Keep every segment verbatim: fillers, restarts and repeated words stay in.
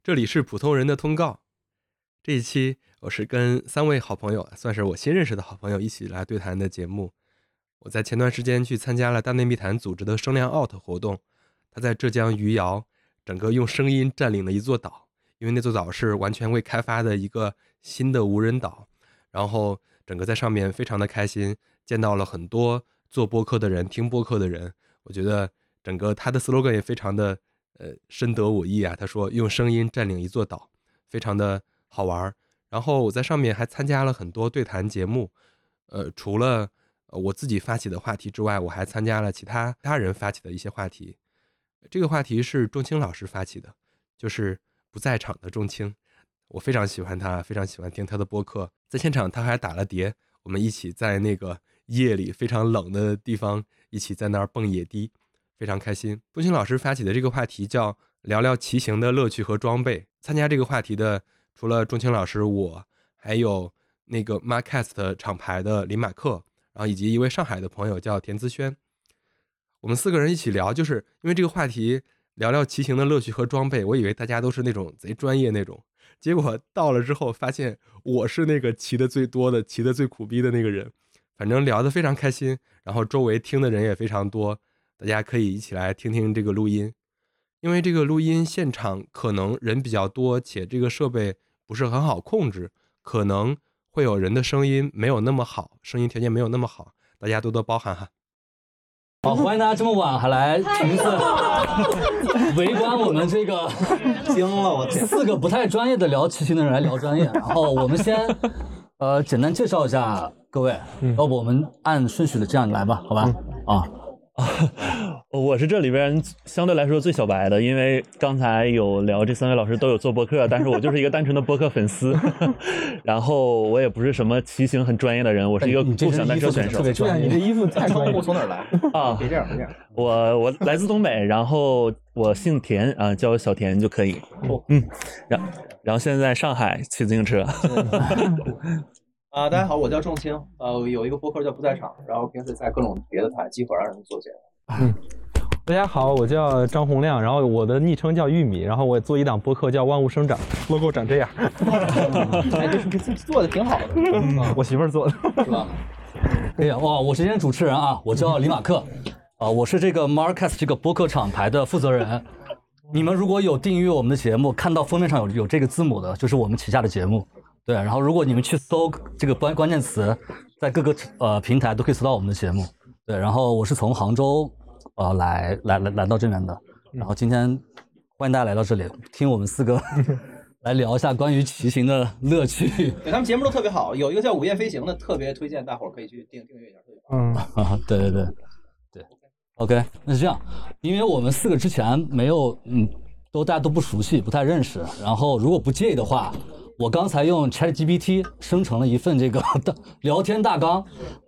这里是普通人的通告。这一期我是跟三位好朋友，算是我新认识的好朋友一起来对谈的节目。我在前段时间去参加了大内密谈组织的声量 out 活动，他在浙江余姚整个用声音占领了一座岛，因为那座岛是完全未开发的一个新的无人岛，然后整个在上面非常的开心，见到了很多做播客的人，听播客的人。我觉得整个他的 slogan 也非常的呃深得我意啊，他说用声音占领一座岛，非常的好玩。然后我在上面还参加了很多对谈节目，呃，除了我自己发起的话题之外，我还参加了其他他人发起的一些话题。这个话题是仲青老师发起的，就是不在场的仲青，我非常喜欢他，非常喜欢听他的播客。在现场他还打了碟，我们一起在那个夜里非常冷的地方一起在那儿蹦野迪，非常开心。仲青老师发起的这个话题叫聊聊骑行的乐趣和装备。参加这个话题的除了仲青老师，我还有那个 Marcast 厂牌的林马克，然后以及一位上海的朋友叫田资轩。我们四个人一起聊，就是因为这个话题聊聊骑行的乐趣和装备，我以为大家都是那种贼专业那种，结果到了之后发现我是那个骑的最多的，骑的最苦逼的那个人。反正聊得非常开心，然后周围听的人也非常多，大家可以一起来听听这个录音。因为这个录音现场可能人比较多，且这个设备不是很好控制，可能会有人的声音没有那么好，声音条件没有那么好，大家多多包涵哈。 好，欢迎大家这么晚还来听次围观我们这个惊了，我天， 四个不太专业的聊骑行的人来聊专业。然后我们先呃简单介绍一下各位， 嗯、 要不我们按顺序的这样来吧，好吧？嗯、啊。 我是这里边相对来说最小白的，因为刚才有聊这三位老师都有做播客，但是我就是一个单纯的播客粉丝，然后我也不是什么骑行很专业的人，我是一个共享单车选手。 对啊，你这衣服太专业。从哪儿来啊？别这样，别这样。 我我来自东北，然后我姓田啊，叫我小田就可以。嗯，然然后现在在上海骑自行车。 啊、呃，大家好，我叫仲青，呃，有一个播客叫不在场，然后平时在各种别的台集合让人做节目。 嗯，大家好，我叫张洪亮，然后我的昵称叫玉米，然后我做一档播客叫万物生长 ，logo 长这样。 哎，这是做的挺好的， 嗯、我媳妇儿做的， 是吧？ 哎呀，哇，我是今天主持人啊，我叫李马克，啊、呃，我是这个 Marcast 这个播客厂牌的负责人。你们如果有订阅我们的节目，看到封面上有有这个字母的，就是我们旗下的节目。对，然后如果你们去搜这个关关键词，在各个呃平台都可以搜到我们的节目。对，然后我是从杭州呃来来来来到这边的，然后今天欢迎大家来到这里，听我们四个来聊一下关于骑行的乐趣。 对，他们节目都特别好，有一个叫《午夜飞行》的，特别推荐大伙儿可以去订订阅一下，特别棒。 嗯啊，对对对对 ，OK， 那是这样，因为我们四个之前没有嗯都大家都不熟悉，不太认识，然后如果不介意的话。我刚才用 ChatGPT 生成了一份这个聊天大纲，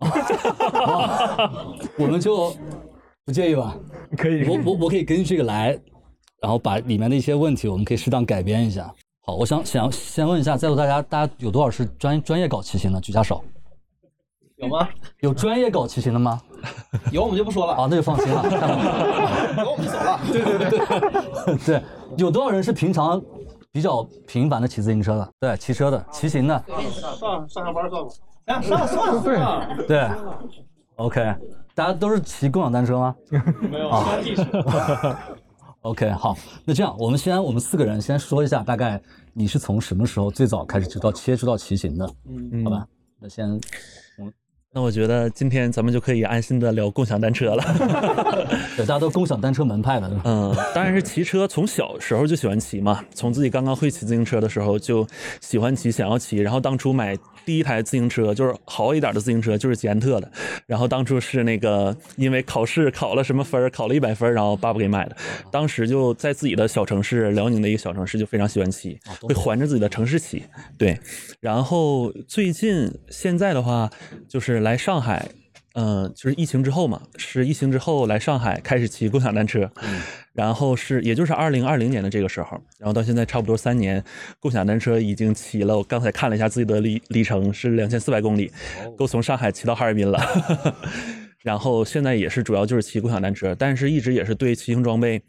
啊、我们就不介意吧？ 可以， 我我我可以根据这个来，然后把里面的一些问题，我们可以适当改编一下。好，我想想先问一下，在座大家，大家有多少是专专业搞骑行的？举下手。 有吗？ 有专业搞骑行的吗？ 有我们就不说了。 啊，那就放心了。 有我们就走了。对对对对，有多少人是平常？比较频繁的骑自行车的，对，骑车的，骑行的， 上上下班算吗？啊，上算算对，对 ，OK， 大家都是骑共享单车吗？ 没有，啊 OK， 好，那这样，我们先，我们四个人先说一下，大概你是从什么时候最早开始知道接触到骑行的？嗯，好吧，那先， 嗯。那我觉得今天咱们就可以安心的聊共享单车了。 对，大家都共享单车门派的。 嗯，当然是骑车，从小时候就喜欢骑嘛，从自己刚刚会骑自行车的时候就喜欢骑，想要骑。然后当初买第一台自行车就是好一点的自行车，就是捷安特的。然后当初是那个因为考试考了什么分，考了一百分，然后爸爸给买的。当时就在自己的小城市，辽宁的一个小城市，就非常喜欢骑，会环着自己的城市骑。对，然后最近现在的话就是。来上海，嗯、呃，就是疫情之后嘛，是疫情之后来上海开始骑共享单车，嗯、然后是也就是二零二零年的这个时候，然后到现在差不多三年，共享单车已经骑了，我刚才看了一下自己的里里程是两千四百公里，够从上海骑到哈尔滨了。然后现在也是主要就是骑共享单车，但是一直也是对骑行装备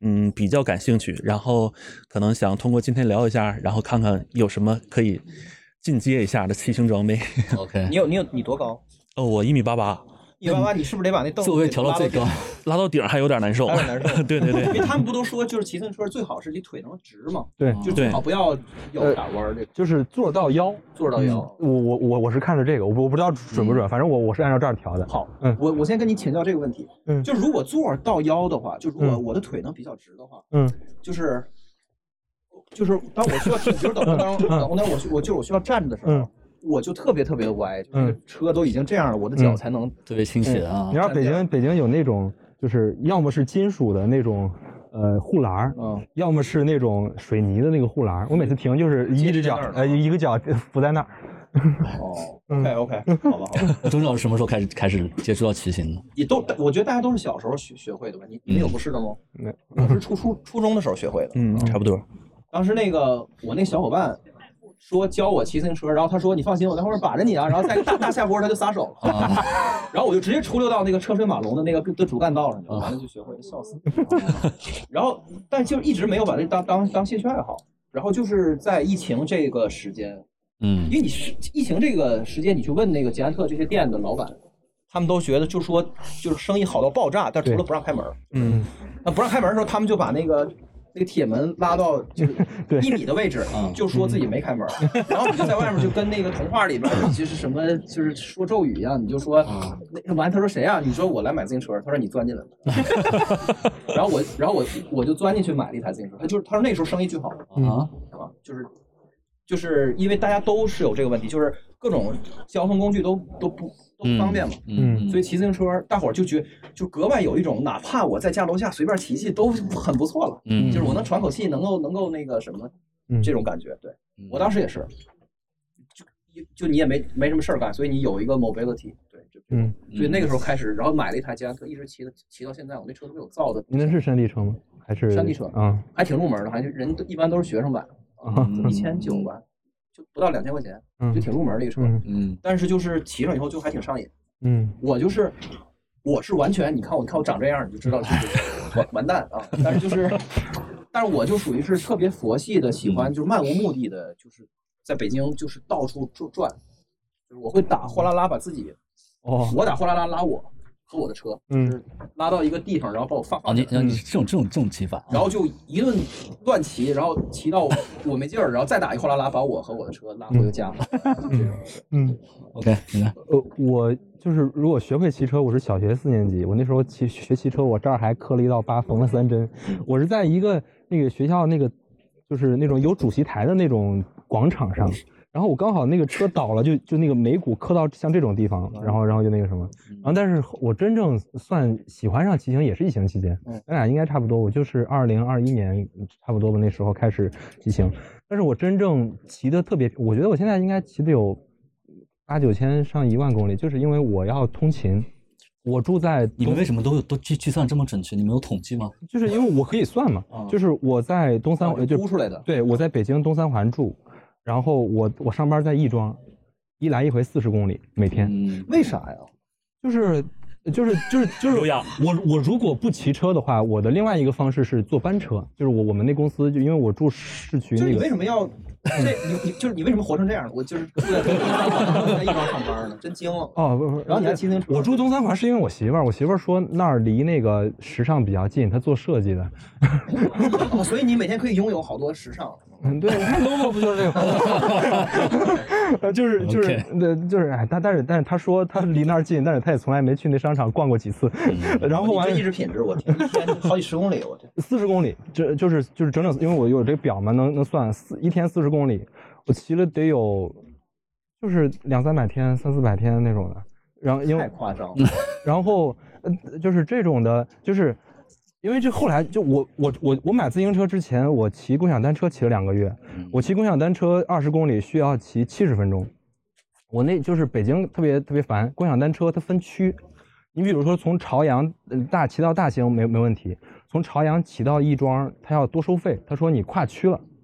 嗯比较感兴趣，然后可能想通过今天聊一下，然后看看有什么可以进阶一下的骑行装备。 OK， 你有你有你多高？ 哦，我一米八八， 一八八，你是不是得把那凳子座位调到最高？ 拉到顶还有点难受， 有点难受。 对对对， 因为他们不都说就是骑自行车最好是你腿能直嘛？ 对， 就最好不要腰打弯儿，这就是坐到腰， 坐到腰。 我我我我是看着这个，我不我不知道准不准，反正我我是按照这儿调的。 好， 嗯， 我我先跟你请教这个问题， 嗯， 就如果座到腰的话，就如果我的腿能比较直的话， 嗯， 就是就是当我需要，比如等等等等我我就是我需要站的时候。我就特别特别的歪，就是车都已经这样了，我的脚才能特别倾斜啊。 你知道北京北京有那种，就是要么是金属的那种呃护栏，嗯，要么是那种水泥的那个护栏。我每次停就是一只脚，呃，一个脚扶在那儿。 哦 ，OK OK，好吧好吧。 钟老师什么时候开始开始接触到骑行的？ 也都，我觉得大家都是小时候学学会的吧？你你们有不是的吗？ 没， 我是初初初中的时候学会的。 嗯，差不多。 当时那个我那小伙伴。说教我骑自行车，然后他说你放心，我在后面把着你啊，然后在大大下坡他就撒手了，啊、然后我就直接出溜到那个车水马龙的那个的主干道上去，完了就学会了，笑死。然后但就一直没有把这当当当兴趣爱好，然后就是在疫情这个时间，嗯，因为你是疫情这个时间，你去问那个捷安特这些店的老板，他们都觉得就说就是生意好到爆炸，但除了不让开门，嗯，那不让开门的时候，他们就把那个。那个铁门拉到就是一米的位置，就说自己没开门，然后你就在外面就跟那个童话里边就是什么就是说咒语一样，你就说那个完他说谁啊？你说我来买自行车，他说你钻进来了，然后我然后我我就钻进去买了一台自行车，他就是他说那时候生意巨好啊啊，就是就是因为大家都是有这个问题，就是各种交通工具都都不。都不方便嘛，嗯，所以骑自行车，大伙儿就觉就格外有一种，哪怕我在家楼下随便骑骑都很不错了，嗯，就是我能喘口气，能够能够那个什么，这种感觉。对我当时也是，就就你也没没什么事儿干，所以你有一个 mobility， 对，就嗯，所以那个时候开始，然后买了一台捷安特，一直骑的骑到现在，我那车都被我造的。 您那是山地车吗？还是山地车啊？还挺入门的，还人都一般都是学生买的，一千九吧。就不到两千块钱，就挺入门的一个车，嗯，但是就是骑上以后就还挺上瘾，嗯，我就是，我是完全，你看我看我长这样，你就知道就是完完蛋啊，但是就是，但是我就属于是特别佛系的，喜欢就是漫无目的的，就是在北京就是到处转，就是我会打货拉拉把自己，哦，我打货拉拉拉我。和我的车，嗯，拉到一个地方，然后把我放。 哦，你你这种这种这种骑法， 然后就一顿乱骑，然后骑到我没劲儿，然后再打一货拉拉把我和我的车拉回家。 嗯 ，OK， 你看， 呃，我就是如果学会骑车，我是小学四年级，我那时候骑学骑车，我这儿还磕了一道疤，缝了三针。我是在一个那个学校那个就是那种有主席台的那种广场上。然后我刚好那个车倒了，就就那个眉骨磕到像这种地方，然后然后就那个什么，然后但是我真正算喜欢上骑行也是疫情期间，咱俩应该差不多，我就是二零二一年差不多吧，那时候开始骑行，但是我真正骑的特别，我觉得我现在应该骑的有八九千上一万公里，就是因为我要通勤。我住在你们为什么都有都计计算这么准确？你们有统计吗？ 就是因为我可以算嘛，就是我在东三环就估出来的， 对，我在北京东三环住。然后我我上班在亦庄，一来一回四十公里每天， 嗯，为啥呀？ 就是就是就是就是我我如果不骑车的话，我的另外一个方式是坐班车，就是我我们那公司就因为我住市区那个， 你为什么要这你你就是你为什么活成这样？我就是住在在亦庄上班呢，真惊了哦不不， 然后你还骑自行车？ 我住东三环是因为我媳妇儿，我媳妇儿说那儿离那个时尚比较近，她做设计的， 哦，所以你每天可以拥有好多时尚。 嗯，对，我看 logo 不就是这个？就是就是，对，就是哎，他但是但是他说他离那儿近，但是他也从来没去那商场逛过几次。嗯、然后完了，意志品质，我天，一天好几十公里，我天， 四十公里，这就是就是整整，因为我有这个表嘛，能能算四一天四十公里，我骑了得有，就是两三百天、三四百天那种的。然后因为太夸张了。 然后呃，就是这种的，就是。因为这后来就我我我我买自行车之前，我骑共享单车骑了两个月。我骑共享单车二十公里需要骑七十分钟。我那就是北京特别特别烦，共享单车它分区。你比如说从朝阳大骑到大兴没没问题，从朝阳骑到亦庄，它要多收费。他说你跨区了，嗯，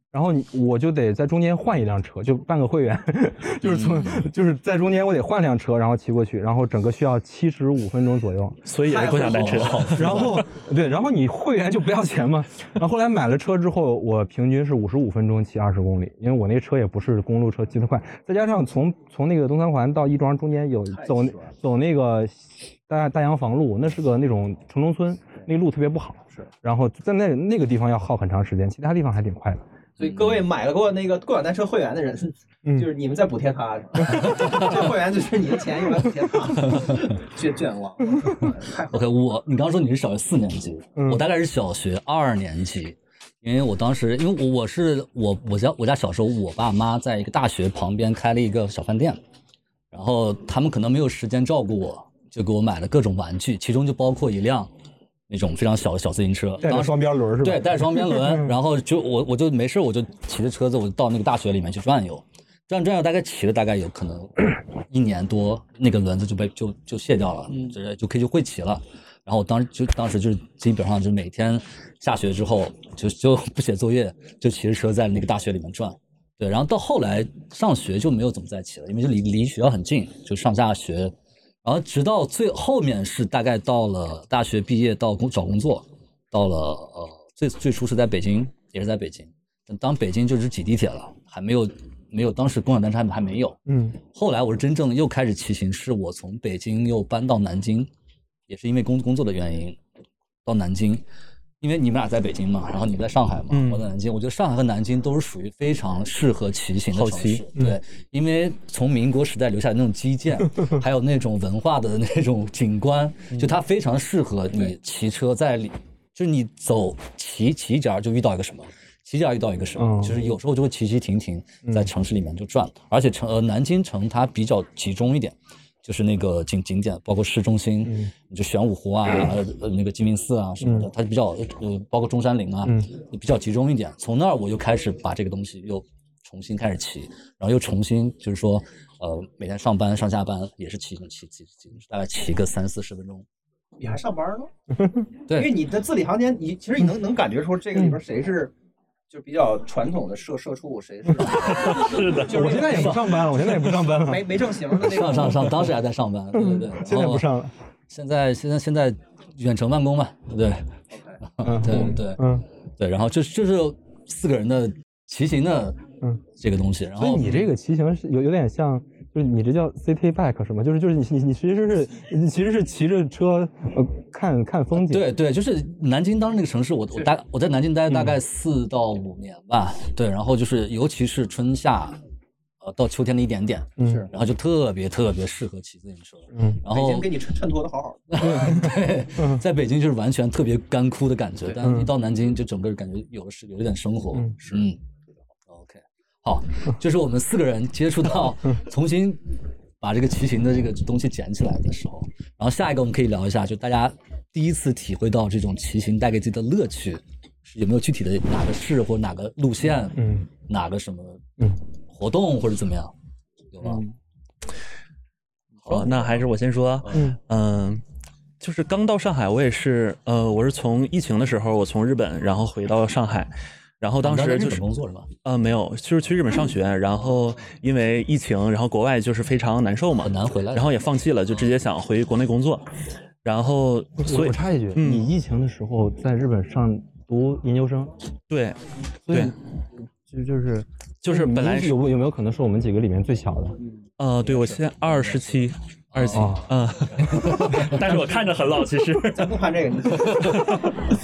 然后你我就得在中间换一辆车，就办个会员，就是从、嗯、就是在中间我得换辆车，然后骑过去，然后整个需要七十五分钟左右， 所以也是共享单车。 然后对，然后你会员就不要钱嘛。然后后来买了车之后，我平均是五十五分钟骑二十公里，因为我那车也不是公路车，骑得快，再加上从从那个东三环到亦庄中间有走走那个大大洋房路，那是个那种城中村，那路特别不好，是，然后在那那个地方要耗很长时间，其他地方还挺快的。 所以各位买过那个共享单车会员的人，嗯、就是你们在补贴他，这会员就是你的钱用来补贴他，健健忘。 OK， 我你刚刚说你是小学四年级，嗯、我大概是小学二年级，因为我当时因为我我是我我家我家小时候我爸妈在一个大学旁边开了一个小饭店，然后他们可能没有时间照顾我，就给我买了各种玩具，其中就包括一辆。那种非常小的小自行车， 带着双边轮是吧？ 对，带着双边轮，然后就我我就没事，我就骑着车子，我就到那个大学里面去转悠，转转悠，大概骑了大概有可能一年多，那个轮子就被就就卸掉了，嗯，就就可以就会骑了。然后我当时就当时就是基本上就每天下学之后就就不写作业，就骑着车在那个大学里面转。对，然后到后来上学就没有怎么再骑了，因为就离离学校很近，就上下学。然后直到最后面是大概到了大学毕业到工找工作，到了呃最最初是在北京，也是在北京。当北京就是挤地铁了，还没有没有当时共享单车还没有。嗯。后来我是真正又开始骑行，是我从北京又搬到南京，也是因为工工作的原因到南京。因为你们俩在北京嘛，然后你们在上海嘛，嗯、我在南京。我觉得上海和南京都是属于非常适合骑行的城市，嗯、对，因为从民国时代留下的那种基建，还有那种文化的那种景观，就它非常适合你骑车在里，就是你走骑骑脚就遇到一个什么，骑脚遇到一个什么，嗯、就是有时候就会骑骑停停在城市里面就转，嗯、而且城呃南京城它比较集中一点。就是那个景景点，包括市中心，嗯、你就玄武湖啊，呃，那个鸡鸣寺啊什么的，嗯、它比较呃，包括中山陵啊，嗯、比较集中一点。从那儿我又开始把这个东西又重新开始骑，然后又重新就是说，呃，每天上班上下班也是骑骑骑骑，大概骑个三四十分钟。 你还上班呢？对，因为你的字里行间，你其实你能能感觉出这个里边谁是。就比较传统的社社畜，谁是？ 是的， 就是我现在也不上班了，我现在也不上班了， 没没正形的那个。 上上上，当时还在上班，对对对。 现在不上了。 现在现在现在远程办公嘛，对。 嗯， 对对，嗯，对，然后就就是四个人的骑行的嗯这个东西，然后所以你这个骑行是有有点像。就是你这叫 city bike 什么？就是就是你你你其实是你其实是骑着车呃看看风景。 对对，就是南京当时那个城市，我我大我在南京待大概四到五年吧。嗯、对，然后就是尤其是春夏，呃到秋天的一点点， 嗯， 然后就特别特别适合骑自行车。 嗯， 然后北京给你衬衬托的好好的。 对，嗯、在北京就是完全特别干枯的感觉，但一到南京就整个感觉有了是有一点生活。 嗯， 是。嗯好，就是我们四个人接触到，重新把这个骑行的这个东西捡起来的时候，然后下一个我们可以聊一下，就大家第一次体会到这种骑行带给自己的乐趣，有没有具体的哪个市或者哪个路线，嗯，哪个什么活动或者怎么样，有吗？ 嗯、好，那还是我先说，嗯嗯、呃，就是刚到上海，我也是，呃，我是从疫情的时候，我从日本然后回到上海。然后当时就是工作是吧？ 呃，没有，就是去日本上学，然后因为疫情，然后国外就是非常难受嘛， 很难回来， 然后也放弃了，就直接想回国内工作。然后，所以我插一句，嗯、你疫情的时候在日本上读研究生？ 对， 对，就就是就是本来是有有没有可能是我们几个里面最小的？ 呃，对，我现在二十七。二十七，嗯，但是我看着很老，其实。 咱不看这个。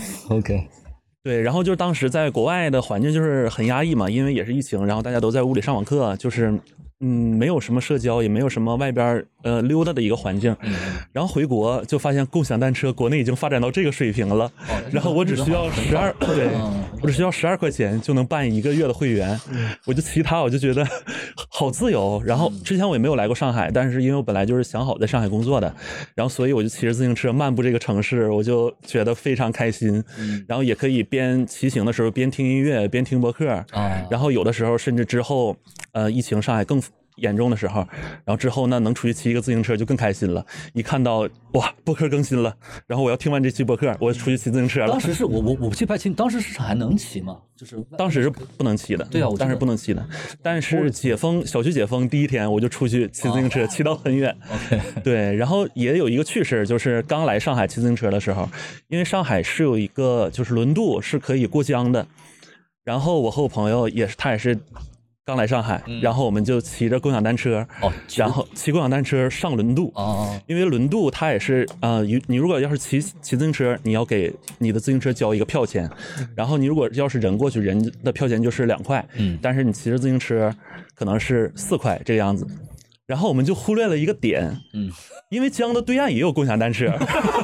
OK。 对，然后就是当时在国外的环境就是很压抑嘛，因为也是疫情，然后大家都在屋里上网课，就是嗯，没有什么社交，也没有什么外边呃溜达的一个环境。然后回国就发现共享单车国内已经发展到这个水平了，然后我只需要十二，对，我只需要十二块钱就能办一个月的会员，我就骑它，我就觉得好自由。然后之前我也没有来过上海，但是因为我本来就是想好在上海工作的，然后所以我就骑着自行车漫步这个城市，我就觉得非常开心。然后也可以边骑行的时候边听音乐边听播客，然后有的时候甚至之后呃疫情上海更严重的时候，然后之后呢能出去骑一个自行车就更开心了。一看到哇播客更新了，然后我要听完这期播客，我出去骑自行车了。 当时是我我我不记不太清，当时是还能骑吗？就是当时是不能骑的， 对啊，我当时不能骑的。但是解封小区解封第一天，我就出去骑自行车，骑到很远。 OK， 对，然后也有一个趣事，就是刚来上海骑自行车的时候，因为上海是有一个就是轮渡是可以过江的，然后我和我朋友也是，他也是刚来上海，嗯、然后我们就骑着共享单车， 哦， 然后骑共享单车上轮渡， 哦， 因为轮渡它也是呃，你你如果要是骑骑自行车，你要给你的自行车交一个票钱，然后你如果要是人过去，人的票钱就是两块，嗯，但是你骑着自行车可能是四块这个样子。然后我们就忽略了一个点，嗯，因为江的对岸也有共享单车，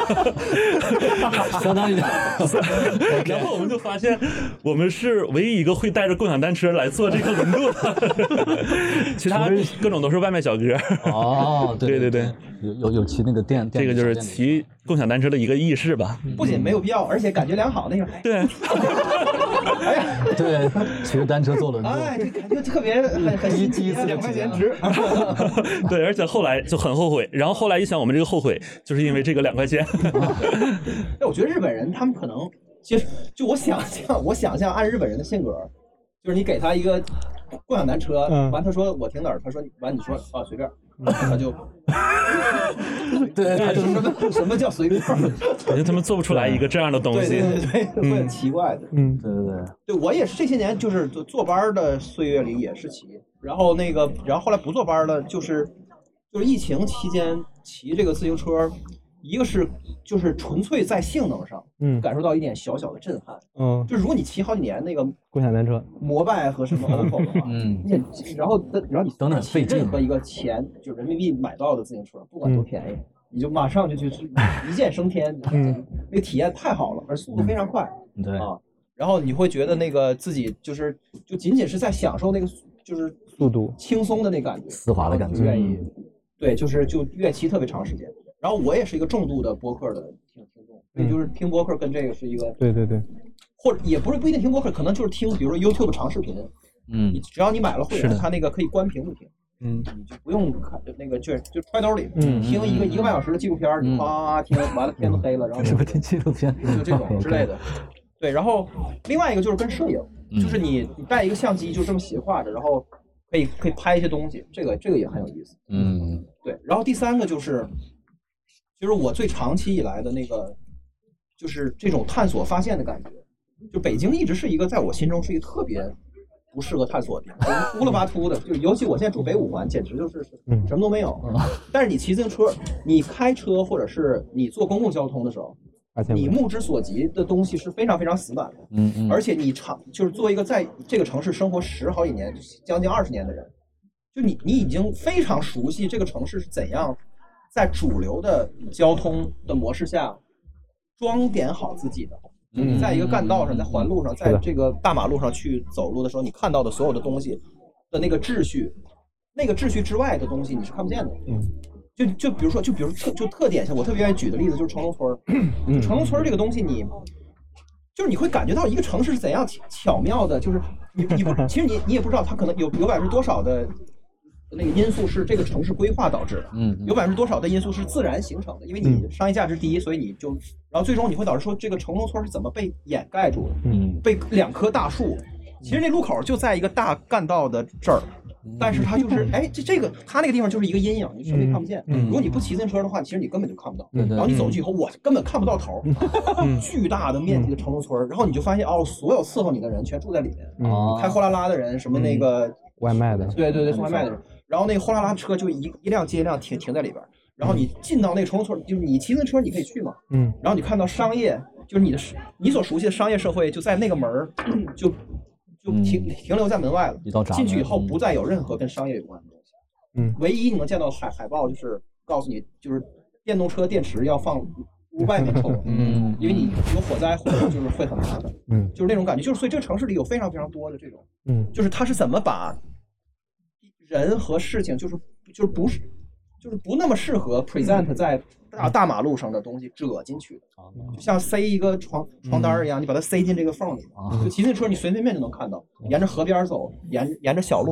相当于， 然后我们就发现我们是唯一一个会带着共享单车来做这个轮渡的，其他各种都是外卖小哥。 哦，对对对对， 有有有骑那个电， 这个就是骑共享单车的一个意识吧。 不仅没有必要，而且感觉良好，那个还对， 哎呀， 对，骑着单车坐轮渡， 哎，这感觉特别很很新奇，两块钱值。 对，而且后来就很后悔，然后后来一想，我们这个后悔就是因为这个两块钱。 哎，我觉得日本人他们可能，其实就我想象，我想象按日本人的性格，就是你给他一个共享单车， 嗯、 完他说我停哪儿，他说完你说啊随便，他就， 对，他就什么什么叫随便？ 我觉得他们做不出来一个这样的东西， 对对对对，会很奇怪的。 嗯，对对对， 对我也是这些年就是坐班的岁月里也是骑，然后那个然后后来不坐班了，就是就是疫情期间骑这个自行车，一个是就是纯粹在性能上，嗯，感受到一点小小的震撼，嗯，就如果你骑好几年那个共享单车， 摩拜和什么 O P P O 的话，嗯，你然后然后你等等费劲， 任何一个钱就人民币买到的自行车，不管多便宜，嗯、你就马上就去一键升天，嗯，那个体验太好了，而速度非常快， 嗯、对啊，然后你会觉得那个自己就是就仅仅是在享受那个就是速度轻松的那感觉， 丝滑的感觉， 愿意。对，就是就越骑特别长时间，然后我也是一个重度的播客的听听众，所以就是听播客跟这个是一个， 对对对， 或者也不是不一定听播客，可能就是听，比如说 YouTube 长视频，嗯，你只要你买了会员，它那个可以关屏不听，嗯，你就不用看那个就就揣兜里，嗯，听一个一个半小时的纪录片，你啪听完了天都黑了，然后什么听纪录片， 就这种之类的，对，然后另外一个就是跟摄影，就是你你带一个相机就这么斜挎着，然后。可以可以拍一些东西，这个这个也很有意思。嗯，对。然后第三个就是，其实我最长期以来的那个，就是这种探索发现的感觉。就北京一直是一个在我心中是一个特别不适合探索的地方，乌了巴秃的。就尤其我现在住北五环，简直就是什么都没有。但是你骑自行车，你开车或者是你坐公共交通的时候。你目之所及的东西是非常非常死板的，嗯嗯，而且你长就是作为一个在这个城市生活十好几年，将近二十年的人，就你你已经非常熟悉这个城市是怎样在主流的交通的模式下装点好自己的。嗯，在一个干道上，在环路上，在这个大马路上去走路的时候，你看到的所有的东西的那个秩序，那个秩序之外的东西你是看不见的。嗯。就就比如说，就比如特就特点性，我特别愿意举的例子就是城中村。嗯，城中村这个东西你，你就是你会感觉到一个城市是怎样巧妙的，就是你你不，其实你你也不知道它可能有有百分之多少的那个因素是这个城市规划导致的，嗯，有百分之多少的因素是自然形成的，因为你商业价值低，所以你就，然后最终你会导致说这个城中村是怎么被掩盖住的，嗯，被两棵大树，其实那路口就在一个大干道的这儿。但是它就是，哎，这这个它那个地方就是一个阴影，你什么也看不见。嗯、如果你不骑自行车的话，其实你根本就看不到。嗯、然后你走去以后，我根本看不到头，嗯、巨大的面积的城中村，然后你就发现哦，所有伺候你的人全住在里面。嗯、开货拉拉的人，什么那个、嗯、 外卖的， 对对对，送外卖的人。然后那个货拉拉车就一一辆接一辆停停在里边。然后你进到那个城中村，就是你骑自行车你可以去嘛。嗯。然后你看到商业，就是你的你所熟悉的商业社会就在那个门儿就。就停停留在门外了，进去以后不再有任何跟商业有关的东西。嗯，唯一你能见到的海海报就是告诉你，就是电动车电池要放屋外面抽。嗯，因为你有火灾或者就是会很麻烦。嗯，就是那种感觉，就是所以这个城市里有非常非常多的这种，嗯，就是它是怎么把人和事情，就是就是不是就是不那么适合 present 在大大马路上的东西折进去的，就像塞一个床床单一样，你把它塞进这个缝里。就骑自行车，你随随便就能看到，沿着河边走，沿沿着小路走，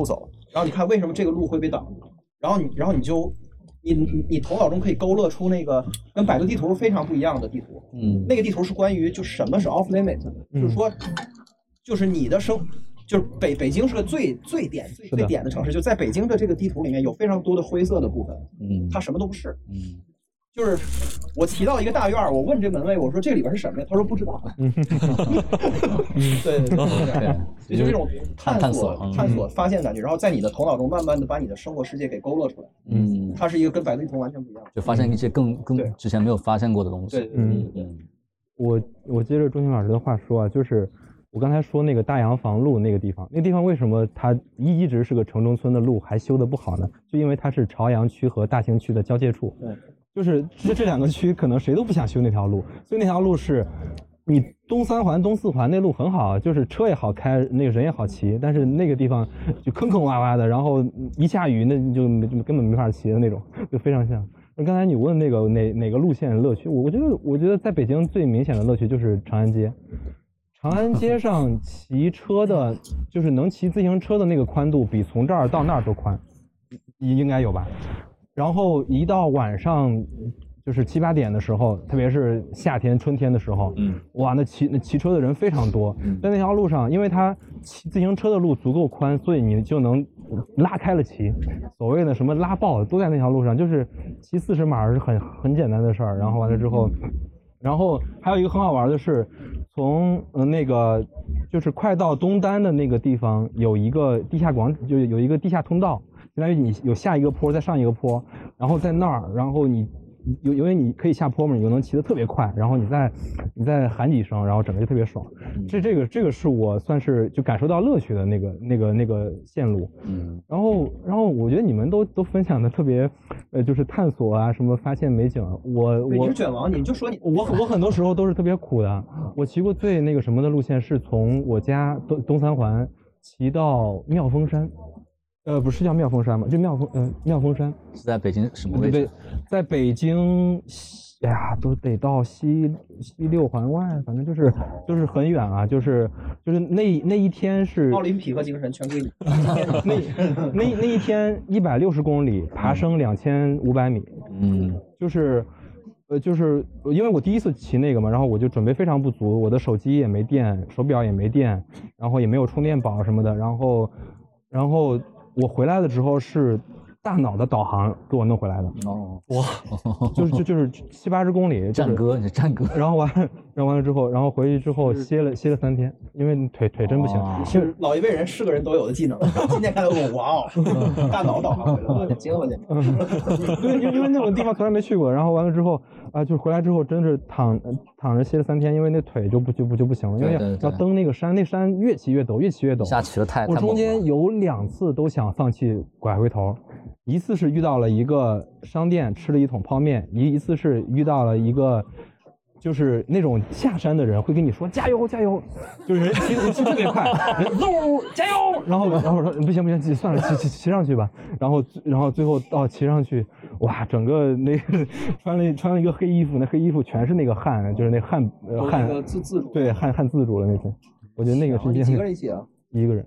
然后你看为什么这个路会被挡住，然后你然后你就你你你头脑中可以勾勒出那个跟百度地图非常不一样的地图。嗯，那个地图是关于就什么是 off limit，、嗯、就是说就是你的生。就是北北京是个最最点最最点的城市，就在北京的这个地图里面有非常多的灰色的部分，嗯，它什么都不是，嗯，就是我骑到一个大院，我问这门卫，我说这里边是什么呀？他说不知道，嗯，对对对对，也就是这种探索探索发现感觉，然后在你的头脑中慢慢的把你的生活世界给勾勒出来，嗯，它是一个跟百度地图完全不一样， 就发现一些更更之前没有发现过的东西， 对，嗯嗯， 我我接着钟情老师的话说啊，就是。我刚才说那个大洋房路那个地方，那个地方为什么它一一直是个城中村的路还修得不好呢？就因为它是朝阳区和大兴区的交界处，对，就是这这两个区可能谁都不想修那条路，所以那条路是，你东三环、东四环那路很好，就是车也好开，那个人也好骑，但是那个地方就坑坑洼洼的，然后一下雨那就就根本没法骑的那种，就非常像。刚才你问那个哪哪个路线乐趣，我觉得我觉得在北京最明显的乐趣就是长安街。长安街上骑车的，就是能骑自行车的那个宽度，比从这儿到那儿都宽，应该有吧？然后一到晚上，就是七八点的时候，特别是夏天、春天的时候，嗯，哇，那骑那骑车的人非常多，在那条路上，因为它骑自行车的路足够宽，所以你就能拉开了骑。所谓的什么拉爆都在那条路上，就是骑四十码是很很简单的事儿。然后完了之后，然后还有一个很好玩的是。从呃那个就是快到东单的那个地方有一个地下广，就有一个地下通道，相当于你有下一个坡再上一个坡，然后在那儿，然后你有因为你可以下坡嘛，你就能骑得特别快，然后你再你再喊几声，然后整个就特别爽。这这个这个是我算是就感受到乐趣的那个那个那个线路。嗯，然后然后我觉得你们都都分享的特别，呃，就是探索啊，什么发现美景。我我你是卷王，你就说你我我很多时候都是特别苦的。我骑过最那个什么的路线是从我家东东三环骑到妙峰山。呃，不是叫妙峰山吗？就妙峰，嗯、呃，妙峰山是在北京什么位置？ 在北京，哎呀，都得到西西六环外，反正就是就是很远啊，就是就是那那一天是奥林匹克精神全给你。 那那那一天一百六十公里，爬升两千五百米，嗯，就是。呃，就是因为我第一次骑那个嘛，然后我就准备非常不足，我的手机也没电，手表也没电，然后也没有充电宝什么的，然后，然后我回来的时候是大脑的导航给我弄回来的。哦，哇，就是就就是七八十公里， 战歌，你战歌。 然后完，然后完了之后，然后回去之后歇了歇了三天，因为腿腿真不行。 是老一辈人是个人都有的技能。今天看到我，哇哦，大脑导航回来了，惊了你。 对，因为因为那种地方从来没去过，然后完了之后啊，就回来之后真是躺躺着歇了三天，因为那腿就不就不就不行了，因为要登那个山，那山越骑越陡，越骑越陡。 下骑的太， 我中间有两次都想放弃，拐回头。一次是遇到了一个商店吃了一桶泡面，一一次是遇到了一个就是那种下山的人会跟你说加油加油，就是人骑骑特别快，嗖加油，然后然后我说不行不行，算了骑骑骑上去吧，然后然后最后到骑上去，哇，整个那个穿了穿了一个黑衣服，那黑衣服全是那个汗，就是那汗呃汗自自主对汗汗自主了那次，我觉得那个是一件几个人一起啊？ 一个人，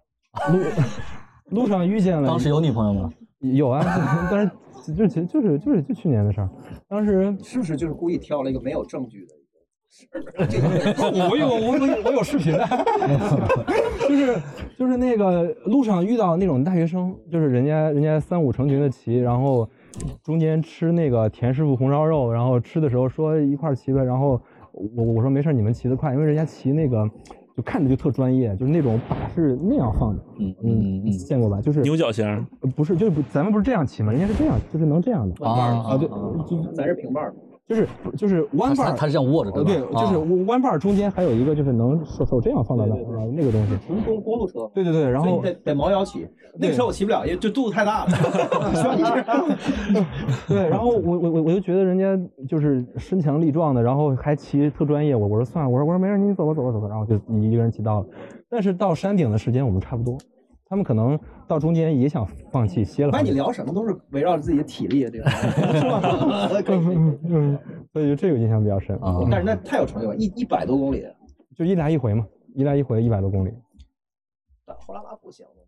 路路上遇见了， 当时有女朋友吗？ 有啊，但是就其实就是就是就去年的事儿，当时是不是就是故意挑了一个没有证据的一个？我有我有我有视频的，就是就是那个路上遇到那种大学生，就是人家人家三五成群的骑，然后中间吃那个田师傅红烧肉，然后吃的时候说一块骑呗，然后我我说没事，你们骑得快，因为人家骑那个。就看着就特专业，就是那种把是那样放的，嗯嗯嗯，见过吧？就是牛角箱， 不是，就是不，咱们不是这样骑吗？人家是这样，就是能这样的啊啊，对， 就咱是平把的， 就是就是弯把， 它是这样握着的， 对，就是弯把中间还有一个就是能手手这样放到那那个东西， 纯公公路车， 对对对，然后得得毛腰骑，那个车我骑不了，因为就肚子太大了，需要你这样。 对，然后我我我我就觉得人家就是身强力壮的，然后还骑特专业，我我说算了，我说我说没事，你走吧走吧走吧，然后就你一个人骑到了，但是到山顶的时间我们差不多。他们可能到中间也想放弃，歇了。 那你聊什么都是围绕着自己的体力，这个是吧？ 嗯嗯，所以这个印象比较深啊。但是那太有成就感，一一百多公里， 就一来一回嘛，一来一回一百多公里。 呼啦拉不行。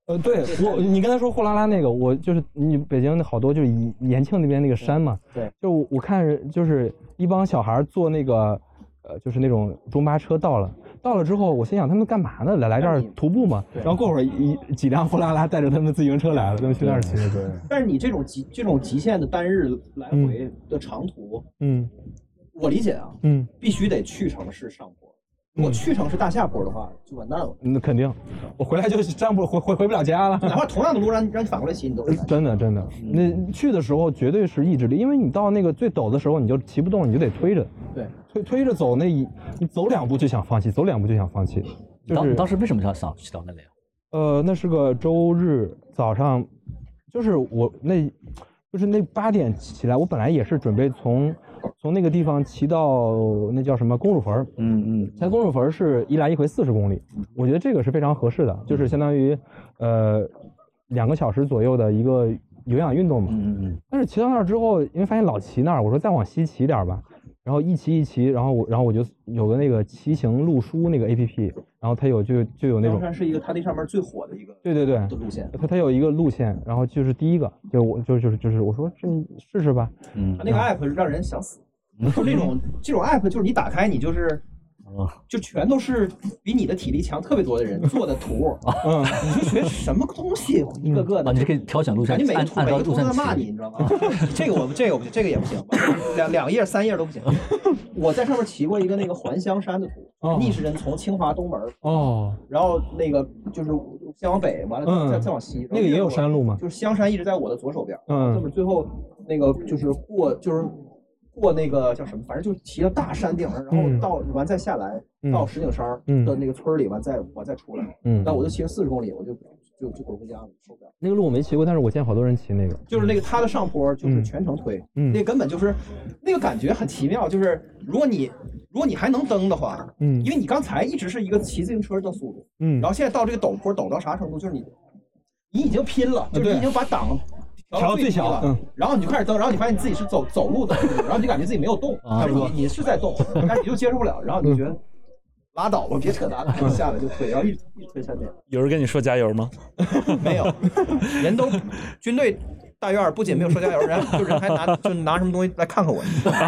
呃，对我，你刚才说货拉拉那个，我就是你北京好多就是延延庆那边那个山嘛， 对， 就我我看就是一帮小孩坐那个呃，就是那种中巴车到了，到了之后，我心想他们干嘛呢？来来这儿徒步嘛。然后过会儿一几辆货拉拉带着他们自行车来了，他们去那儿骑。对。 但是你这种极这种极限的单日来回的长途， 嗯， 我理解啊， 嗯， 必须得去城市上坡。如果去城市大下坡的话，就完蛋了。 那肯定，我回来就上不回回回不了家了。 哪怕同样的路让让你反过来骑，你都是真的真的。那去的时候绝对是意志力，因为你到那个最陡的时候，你就骑不动，你就得推着。 对， 推推着走，那一你走两步就想放弃，走两步就想放弃。就是当当时为什么想想去到那里啊？ 呃，那是个周日早上，就是我那，就是那八点起来，我本来也是准备从。从那个地方骑到那叫什么公主坟， 嗯嗯， 骑公主坟是一来一回四十公里，我觉得这个是非常合适的，就是相当于呃两个小时左右的一个有氧运动嘛。 嗯嗯。 但是骑到那儿之后，因为发现老骑那儿，我说再往西骑点吧，然后一骑一骑，然后我然后我就有个那个骑行路书那个 A P P， 然后它有就就有那种， 阳山是一个它那上面最火的一个， 对对对， 的路线， 它它有一个路线，然后就是第一个，就我就就是就是我说这你试试吧， 嗯，它那个 app 让人想死。就这种这种 app， 就是你打开你就是，就全都是比你的体力强特别多的人做的图，嗯，你就觉得什么东西一个个的， 你就可以挑选路线， 你每个按照路线都在骂你，你知道吗？这个我这个我不行，这个也不行，两两页三页都不行。我在上面骑过一个那个还乡山的图，逆时针从清华东门哦，然后那个就是先往北，完了再再往西， 那个也有山路吗？ 就是香山一直在我的左手边， 嗯， 这么最后那个就是过就是。过那个叫什么，反正就是骑到大山顶上，然后到完再下来，到石景山的那个村里完再我再出来，嗯，那我就骑了四十公里，我就就就回家了，受不了。 那个路我没骑过，但是我见好多人骑那个， 就是那个它的上坡就是全程推，嗯，那根本就是那个感觉很奇妙，就是如果你如果你还能蹬的话，嗯，因为你刚才一直是一个骑自行车的速度，嗯，然后现在到这个陡坡陡到啥程度，就是你你已经拼了，就是你已经把档。调到最小了，嗯，然后你就开始蹬，然后你发现你自己是走走路的，然后你就感觉自己没有动，但是你你是在动，但是你就接受不了，然后你就觉得拉倒吧，别扯淡了，下来就推，然后一一推下去。 有人跟你说加油吗？ 没有，人都军队大院不仅没有说加油，人就人还拿就拿什么东西来看看我。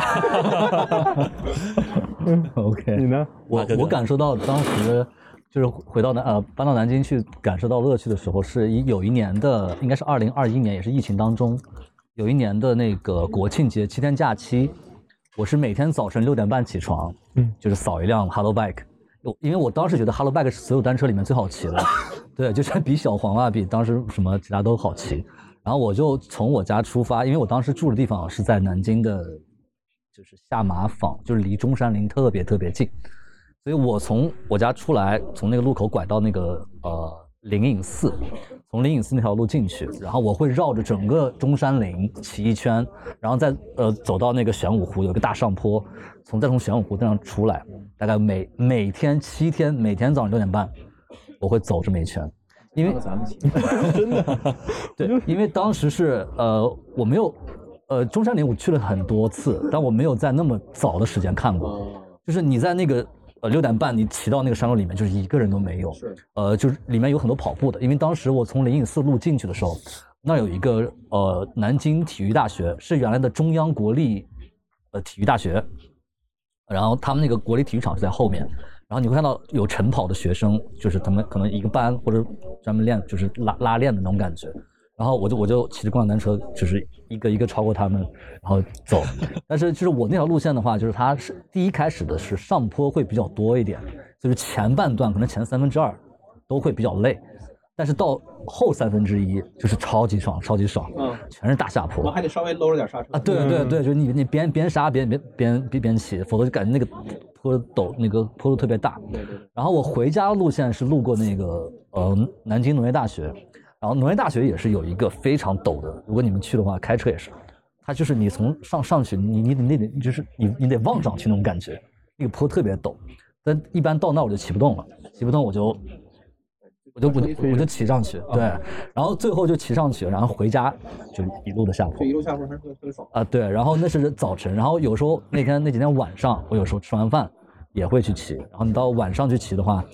OK， 你呢？ 我我感受到当时。就是回到南呃搬到南京去感受到乐趣的时候，是一有一年的应该是二零二一年，也是疫情当中，有一年的那个国庆节七天假期，我是每天早晨六点半起床，嗯，就是扫一辆 Hello Bike， 因为我当时觉得 Hello Bike 是所有单车里面最好骑的，对，就是比小黄啊，比当时什么其他都好骑。然后我就从我家出发，因为我当时住的地方是在南京的，就是下马坊，就是离中山陵特别特别近。所以我从我家出来，从那个路口拐到那个呃灵隐寺，从灵隐寺那条路进去，然后我会绕着整个中山陵骑一圈，然后再呃走到那个玄武湖，有个大上坡，从再从玄武湖那上出来，大概每每天七天，每天早上六点半，我会走这么一圈，因为咱们真的对，因为当时是呃我没有呃中山陵我去了很多次，但我没有在那么早的时间看过，就是你在那个。呃，六点半你骑到那个山路里面，就是一个人都没有。 是， 呃，就是里面有很多跑步的，因为当时我从灵隐寺路进去的时候，那有一个呃南京体育大学，是原来的中央国立呃体育大学，然后他们那个国立体育场是在后面，然后你会看到有晨跑的学生，就是他们可能一个班或者专门练，就是拉拉练的那种感觉。然后我就我就骑着共享单车，就是一个一个超过他们，然后走。但是就是我那条路线的话，就是它是第一开始的是上坡会比较多一点，就是前半段可能前三分之二都会比较累，但是到后三分之一就是超级爽，超级爽，嗯，全是大下坡。 我还得稍微搂着点刹车啊，对对对，就是你你边边刹边边边边边骑，否则就感觉那个坡陡那个坡度特别大。 对对对。 然后我回家的路线是路过那个呃南京农业大学。然后农业大学也是有一个非常陡的，如果你们去的话，开车也是，它就是你从上上去，你你你得就是你你得望上去那种感觉，那个坡特别陡，但一般到那我就骑不动了，骑不动我就我就我就我就骑上去，对，然后最后就骑上去，然后回家就一路的下坡， 一路下坡还是特别爽啊，对，然后那是早晨，然后有时候那天那几天晚上，我有时候吃完饭也会去骑，然后你到晚上去骑的话。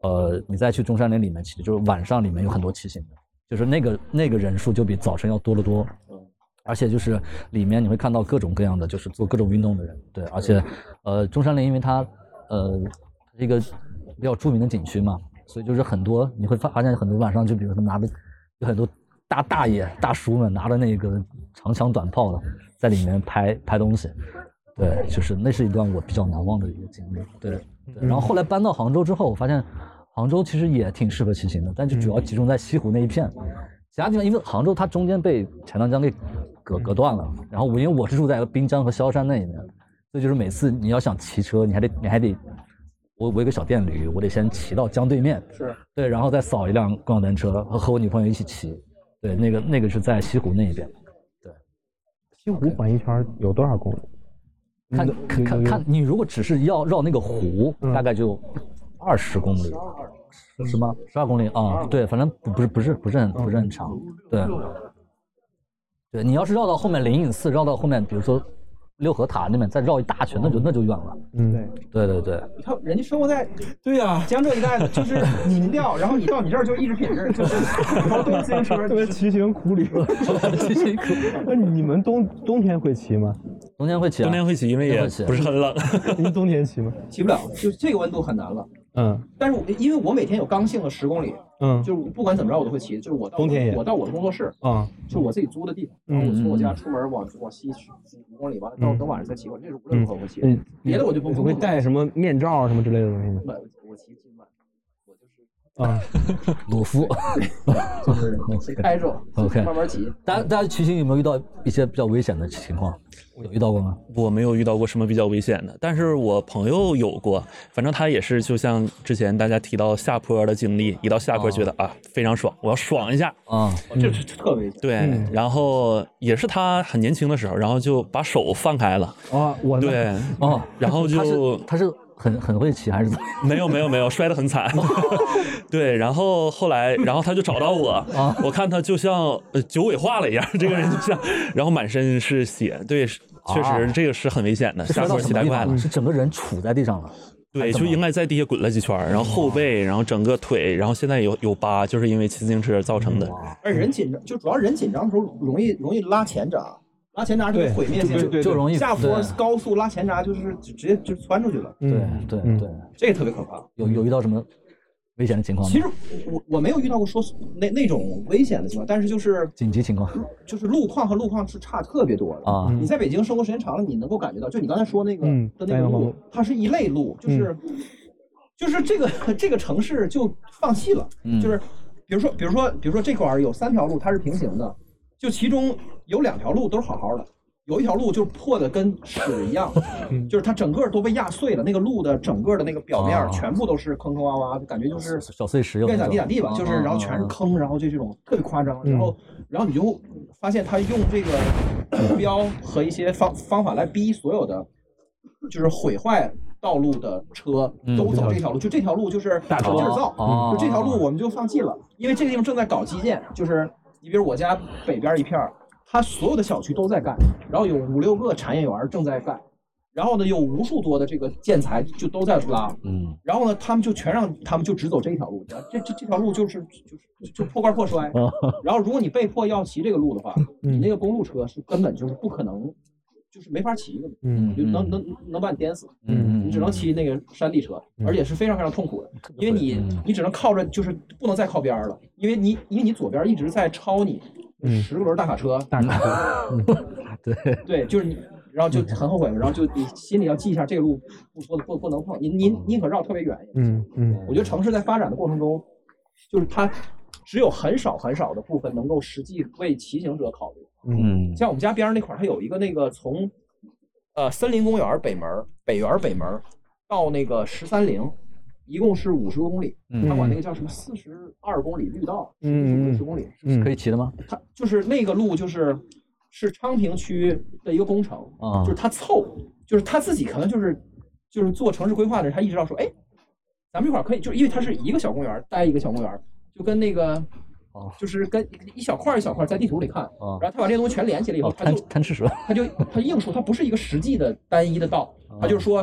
呃，你再去中山陵里面骑，就是晚上里面有很多骑行的，就是那个那个人数就比早晨要多得多。而且就是里面你会看到各种各样的，就是做各种运动的人，对，而且，呃，中山陵因为它，呃，是一个比较著名的景区嘛，所以就是很多你会发发现很多晚上就比如他们拿的有很多大大爷大叔们拿着那个长枪短炮的在里面拍拍东西，对，就是那是一段我比较难忘的一个经历，对，对。然后后来搬到杭州之后，我发现杭州其实也挺适合骑行的，但就主要集中在西湖那一片，其他地方因为杭州它中间被钱塘江给隔隔断了，然后我因为我是住在滨江和萧山那一面，所以就是每次你要想骑车，你还得你还得我我有个小电驴，我得先骑到江对面， 是对，然后再扫一辆共享单车和和我女朋友一起骑，对，那个那个是在西湖那一边，对。 西湖环一圈有多少公里？ 看看看看，你如果只是要绕那个湖，嗯、大概就二十公里，是吗？十二公里啊，对，反正不是不是不是很不是很长，对。对，你要是绕到后面灵隐寺，绕到后面，比如说六合塔那边，再绕一大圈，那就那就远了。 嗯， 对对对。 你看人家生活在对呀、啊、江浙一带的，就是民调，然后你到你这儿就意志品质，就是然后蹬自行车， 特别骑行苦旅， 骑行苦。 那你们冬冬天会骑吗？ 冬天会骑、啊， 冬天会骑，因为也不是很冷。 你冬天骑吗？ 骑不了，就这个温度很难了。 嗯， 但是我因为我每天有刚性的十公里， 嗯， 就是不管怎么着我都会骑，就是我到冬天也我到我的工作室， 啊、嗯， 就是我自己租的地方，然后我从我家出门往往西去五公里，完了到等晚上再骑回来，这是无论如何会骑，嗯，别的我就不会带什么面罩什么之类的东西吗？ 我我骑金慢，我就是啊，裸夫， 就是谁开着 ，OK， 慢慢骑。 大家大家骑行有没有遇到一些比较危险的情况？有遇到过吗？ 我没有遇到过什么比较危险的，但是我朋友有过，反正他也是就像之前大家提到下坡的经历，一到下坡觉得、哦、啊非常爽，我要爽一下啊、 嗯，这是特危险。 对、嗯，然后也是他很年轻的时候，然后就把手放开了啊，我对哦， 然后就他是他是很很会骑还是怎么？ 没有没有没有，摔得很惨。对，然后后来，然后他就找到我，啊、我看他就像呃九尾化了一样，这个人就像，然后满身是血，对，确实这个是很危险的，下坡骑太快了， 是整个人杵在地上了。 对，就应该在地下滚了几圈，然后后背，然后整个腿，然后现在有有疤，就是因为骑自行车造成的。 而人紧张，就主要人紧张的时候容易容易拉前闸。拉前闸就是毁灭性， 就就容易下坡高速拉前闸，就是直接就窜出去了。 对对对， 这个特别可怕。 有有遇到什么危险的情况吗？ 其实我我没有遇到过说那那种危险的情况，但是就是紧急情况， 就是路况和路况是差特别多的啊。 你在北京生活时间长了，你能够感觉到，就你刚才说那个的那个路，它是一类路，就是就是这个这个城市就放弃了，就是比如说比如说比如说这块儿有三条路，它是平行的。就其中有两条路都是好好的，有一条路就是破的跟屎一样，就是它整个都被压碎了，那个路的整个的那个表面全部都是坑坑洼洼，就感觉就是小碎石， 愿咋地咋地吧，就是然后全是坑，然后就这种特别夸张，然后然后你就发现他用这个目标和一些方方法来逼所有的就是毁坏道路的车都走这条路，就这条路就是大车劲儿造，就这条路我们就放弃了，因为这个地方正在搞基建，就是。你比如我家北边一片儿，它所有的小区都在盖，然后有五六个产业园正在盖，然后呢有无数多的这个建材就都在拉，嗯，然后呢他们就全让他们就只走这一条路，这这这条路就是就是就破罐破摔，然后如果你被迫要骑这个路的话，你那个公路车是根本就是不可能，就是没法骑的，嗯，就能能能把你颠死，嗯，你只能骑那个山地车，而且是非常非常痛苦的，因为你你只能靠着，就是不能再靠边了，因为你因为你左边一直在超你十个轮大卡车， 大卡车， 对对，就是你，然后就很后悔嘛，然后就你心里要记一下这个路不不不不能碰，你你宁可绕特别远， 嗯嗯， 我觉得城市在发展的过程中，就是它只有很少很少的部分能够实际为骑行者考虑。嗯，像我们家边上那块儿，它有一个那个从，呃，森林公园北门、北园北门到那个十三陵，一共是五十多公里。嗯，他管那个叫什么四十二公里绿道，嗯，十公里， 是可以骑的吗？ 它就是那个路，就是是昌平区的一个工程啊，就是他凑，就是他自己可能就是就是做城市规划的人，他意识到说，哎，咱们一块儿可以，就是因为它是一个小公园带一个小公园，就跟那个。哦，就是跟一小块一小块在地图里看，哦、然后他把这些东西全连起来以后，他就贪吃蛇， 他就他硬说它不是一个实际的单一的道，他就是说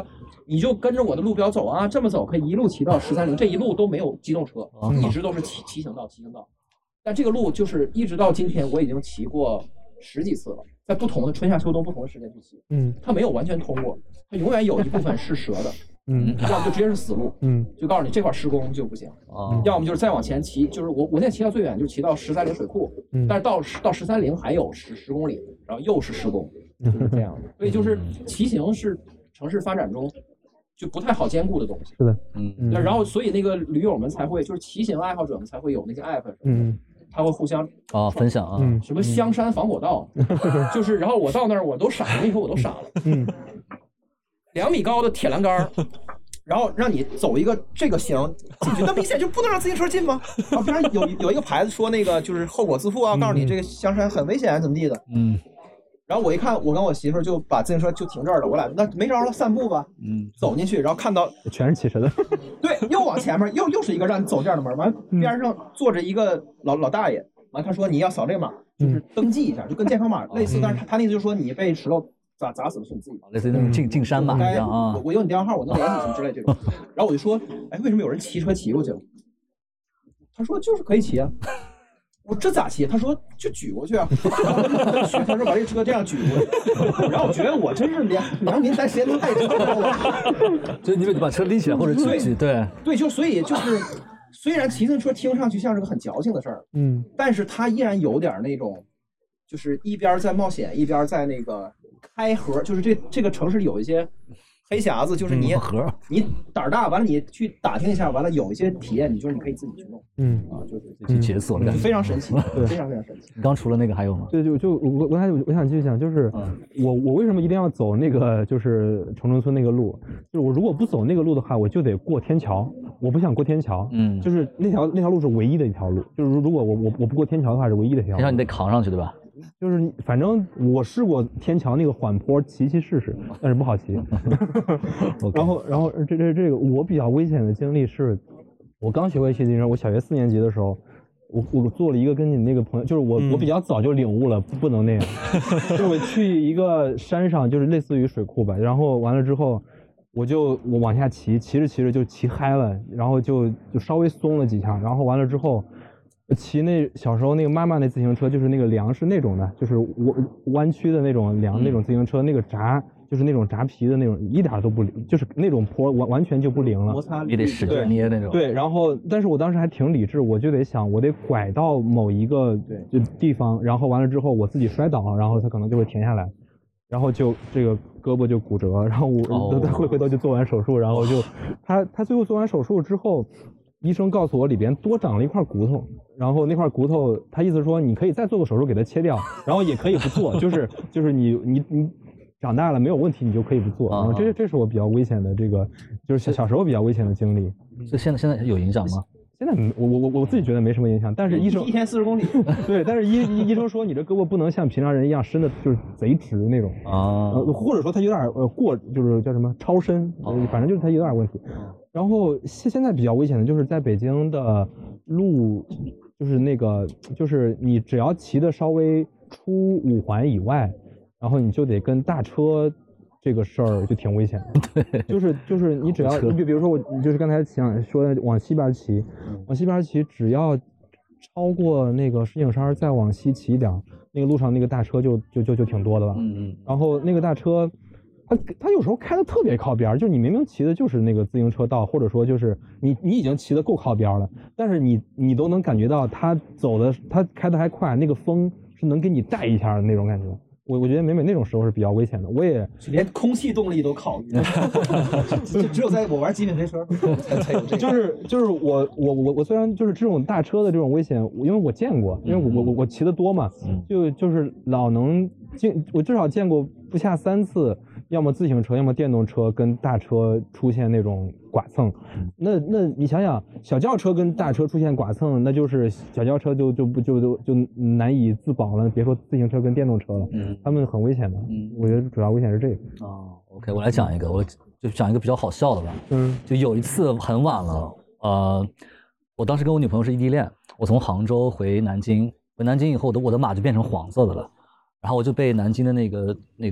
你就跟着我的路标走啊，这么走可以一路骑到十三陵，这一路都没有机动车，一直都是骑骑行道，骑行道。但这个路就是一直到今天，我已经骑过十几次了，在不同的春夏秋冬不同的时间去骑。嗯，它没有完全通过，它永远有一部分是折的。嗯，要么就直接是死路。嗯，就告诉你这块施工就不行啊，要么就是再往前骑，就是我我现在骑到最远就是骑到十三陵水库，嗯，但是到到十三陵还有十十公里，然后又是施工，就是这样的。所以就是骑行是城市发展中就不太好兼顾的东西。 是的， 嗯，那然后所以那个驴友们才会，就是骑行爱好者们才会有那些 app，嗯，他会互相啊分享啊， 什么香山防火道，就是，然后我到那儿我都傻了，我跟你说我都傻了，嗯，两米高的铁栏杆，然后让你走一个这个行进去，那明显就不能让自行车进吗？然后边上有有一个牌子说那个就是后果自负啊，告诉你这个香山很危险怎么地的，嗯。然后我一看，我跟我媳妇儿就把自行车就停这儿了，我俩那没招了，散步吧，嗯，走进去，然后看到全是汽车的， 对，又往前面，又又是一个让你走这样的门，完边上坐着一个老老大爷，完他说你要扫这个码，就是登记一下，就跟健康码类似，但是他他那意思就是说你被石头砸砸死了是你自己， 类似于那种进进山码一样啊， 我我有你电话号，我能联系你什么之类这种，然后我就说，哎，为什么有人骑车骑过去了？他说就是可以骑啊。我这咋骑？他说就举过去啊。他说把这车这样举过去。然后我觉得我真是良良民在先太高了。 就你把车立起来或者举举，对对，就所以就是，虽然骑自行车听上去像是个很矫情的事儿，嗯，但是它依然有点那种，就是一边在冒险，一边在那个开盒，就是这这个城市有一些。黑匣子就是你，嗯、你胆儿大，完了你去打听一下，完了有一些体验，你就是你可以自己去弄，嗯啊，就是去解锁， 嗯、非常神奇，非常非常神奇。 刚除了那个还有吗？ 对，就就我我还我想继续讲，就是、嗯、我我为什么一定要走那个就是城中村那个路？就是我如果不走那个路的话，我就得过天桥，我不想过天桥，嗯，就是那条那条路是唯一的一条路，就是如果我我我不过天桥的话是唯一的一条路。 天桥你得扛上去，对吧？ 就是反正我试过天桥那个缓坡骑骑试试，但是不好骑。然后然后这这这个我比较危险的经历是，我刚学会骑自行车，我小学四年级的时候，我我做了一个跟你那个朋友，就是我、嗯、我比较早就领悟了不能那样，就是我去一个山上，就是类似于水库吧，然后完了之后。我就我往下骑，骑着骑着就骑嗨了，然后就就稍微松了几下，然后完了之后。骑那小时候那个妈妈那自行车，就是那个梁是那种的，就是弯弯曲的那种梁那种自行车，那个闸就是那种闸皮的那种，一点都不灵，就是那种坡完完全就不灵了， 摩擦也得使劲捏那种。 对，然后但是我当时还挺理智，我就得想，我得拐到某一个就地方，然后完了之后我自己摔倒了，然后它可能就会停下来，然后就这个胳膊就骨折，然后我回回头就做完手术，然后就他他最后做完手术之后。医生告诉我里边多长了一块骨头，然后那块骨头，他意思说你可以再做个手术给它切掉，然后也可以不做，就是就是你你你长大了没有问题，你就可以不做。然后这这是我比较危险的这个，就是小小时候比较危险的经历。 所以现在现在有影响吗？ 现在我我我我自己觉得没什么影响，但是医生一天四十公里， 对，但是医医医生说你这胳膊不能像平常人一样伸的，就是贼直那种啊、呃，或者说他有点呃过，就是叫什么超伸，反正就是他有点问题。然后现现在比较危险的就是在北京的路，就是那个就是你只要骑的稍微出五环以外，然后你就得跟大车。这个事儿就挺危险的，对，就是就是你只要你比比如说我，你就是刚才想说的往西边骑，往西边骑，只要超过那个石景山再往西骑一点，那个路上那个大车就就就就挺多的了，嗯嗯，然后那个大车，他他有时候开的特别靠边，就是你明明骑的就是那个自行车道，或者说就是你你已经骑的够靠边了，但是你你都能感觉到他走的他开的还快，那个风是能给你带一下的那种感觉。我我觉得每每那种时候是比较危险的，我也连空气动力都考虑，就只有在我玩极品飞车才才有这个。 就是就是我我我我虽然就是这种大车的这种危险，因为我见过，因为我我我骑得多嘛，就就是老能见，我至少见过不下三次，要么自行车，要么电动车跟大车出现那种剐蹭。那那你想想，小轿车跟大车出现剐蹭，那就是小轿车就就不就就就难以自保了，别说自行车跟电动车了，嗯，他们很危险的。嗯，我觉得主要危险是这个。 哦 ，OK， 我来讲一个，我就讲一个比较好笑的吧。嗯，就有一次很晚了，呃，我当时跟我女朋友是异地恋，我从杭州回南京，回南京以后，我的我的马就变成黄色的了。然后我就被南京的那个那个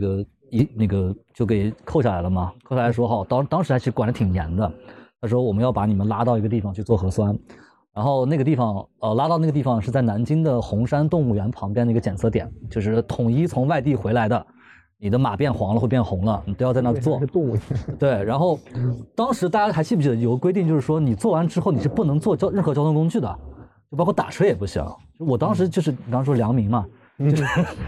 一那个就给扣下来了嘛，扣下来说好，当当时还是管得挺严的。他说我们要把你们拉到一个地方去做核酸，然后那个地方呃拉到那个地方是在南京的红山动物园旁边的一个检测点，就是统一从外地回来的。你的马变黄了会变红了，你都要在那做。 是动物。 对，然后当时大家还记不记得有个规定，就是说你做完之后你是不能坐交任何交通工具的，就包括打车也不行。我当时就是你刚刚说良民嘛，就是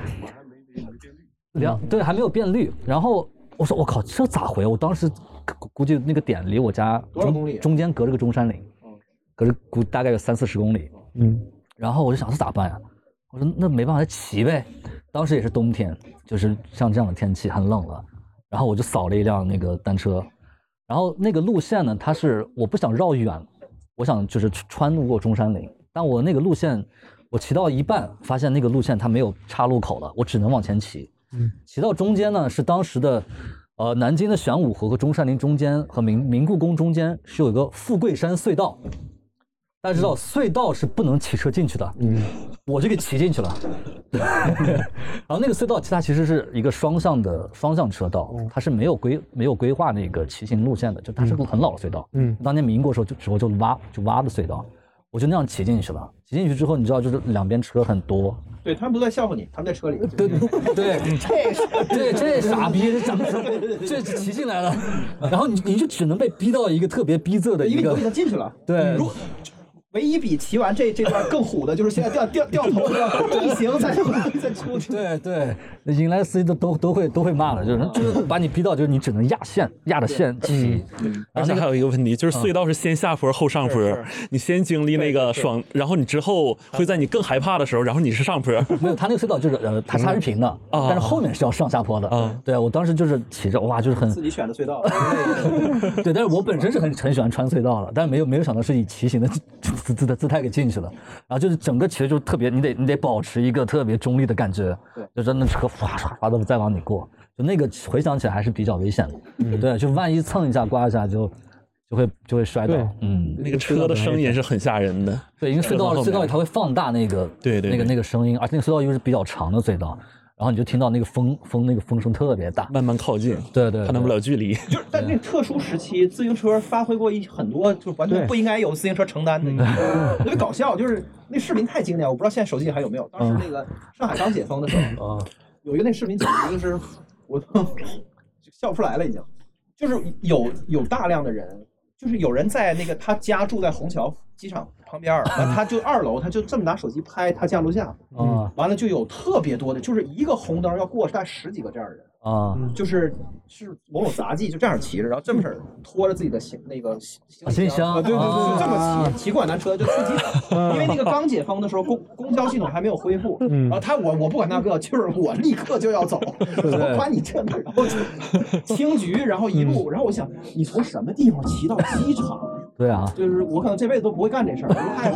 良对还没有变绿。然后我说我靠，这咋回？我当时估计那个点离我家多少公里？ 中间隔着个中山陵，隔着估大概有三四十公里。 嗯， 然后我就想这咋办呀？我说那没办法，骑呗。当时也是冬天，就是像这样的天气很冷了，然后我就扫了一辆那个单车，然后那个路线呢，它是我不想绕远，我想就是穿过中山陵，但我那个路线我骑到一半，发现那个路线它没有岔路口了，我只能往前骑。嗯，骑到中间呢是当时的呃南京的玄武湖和中山陵中间和明明故宫中间是有一个富贵山隧道。大家知道隧道是不能骑车进去的，嗯，我就给骑进去了。然后那个隧道它其实是一个双向的双向车道，它是没有规没有规划那个骑行路线的，就它是个很老的隧道。嗯，当年民国时候就时候就挖就挖的隧道，我就那样骑进去了。骑进去之后，你知道就是两边车很多。 对他们都在笑话你，他们在车里。 对对对，这对这傻逼，这长这骑进来了，然后你你就只能被逼到一个特别逼仄的一个， 因为你都已经进去了。 对。 如唯一比骑完这这段更虎的，就是现在掉掉掉头的逆行再再出去。 对对，迎来司机都都都会都会骂了，就是就是把你逼到就是你只能压线压着线骑。 而且还有一个问题，就是隧道是先下坡后上坡，你先经历那个爽，然后你之后会在你更害怕的时候，然后你是上坡。 没有，他那个隧道就是呃，它它是平的，但是后面是要上下坡的。啊，对我当时就是骑着，哇，就是很自己选的隧道。 对，但是我本身是很很喜欢穿隧道的，但是没有没有想到是以骑行的姿姿的姿态给进去了，然后就是整个骑的就是特别，你得你得保持一个特别中立的感觉，对，就真的车唰唰唰的再往你过，就那个回想起来还是比较危险的，嗯，对，就万一蹭一下刮一下就就会就会摔倒，嗯， 那个车的声音是很吓人的， 对，因为隧道隧道里它会放大那个对对那个那个声音，而且那个隧道又是比较长的隧道。然后你就听到那个风风那个风声特别大， 慢慢靠近， 对 对, 对， 判断不了距离。 就是在那特殊时期，自行车发挥过一很多就完全不应该由自行车承担的，特别搞笑。就是那视频太经典，我不知道现在手机里还有没有。当时那个上海刚解封的时候，有一个那视频简直就是我就笑不出来了，已经。就是有有大量的人，就是有人在那个他家住在虹桥机场旁边，他就二楼，他就这么拿手机拍他家楼下，嗯，完了就有特别多的，就是一个红灯要过大概十几个这样的人啊，就是是某种杂技，就这样骑着，然后这么式拖着自己的行那个行李箱， 对对对，这么骑骑共享单车就去机场，因为那个刚解封的时候，公公交系统还没有恢复，然后他我我不管那个，就是我立刻就要走，我管你这个，然后青桔，然后一路，然后我想你从什么地方骑到机场？ 对啊， 就是我可能这辈子都不会干这事儿，太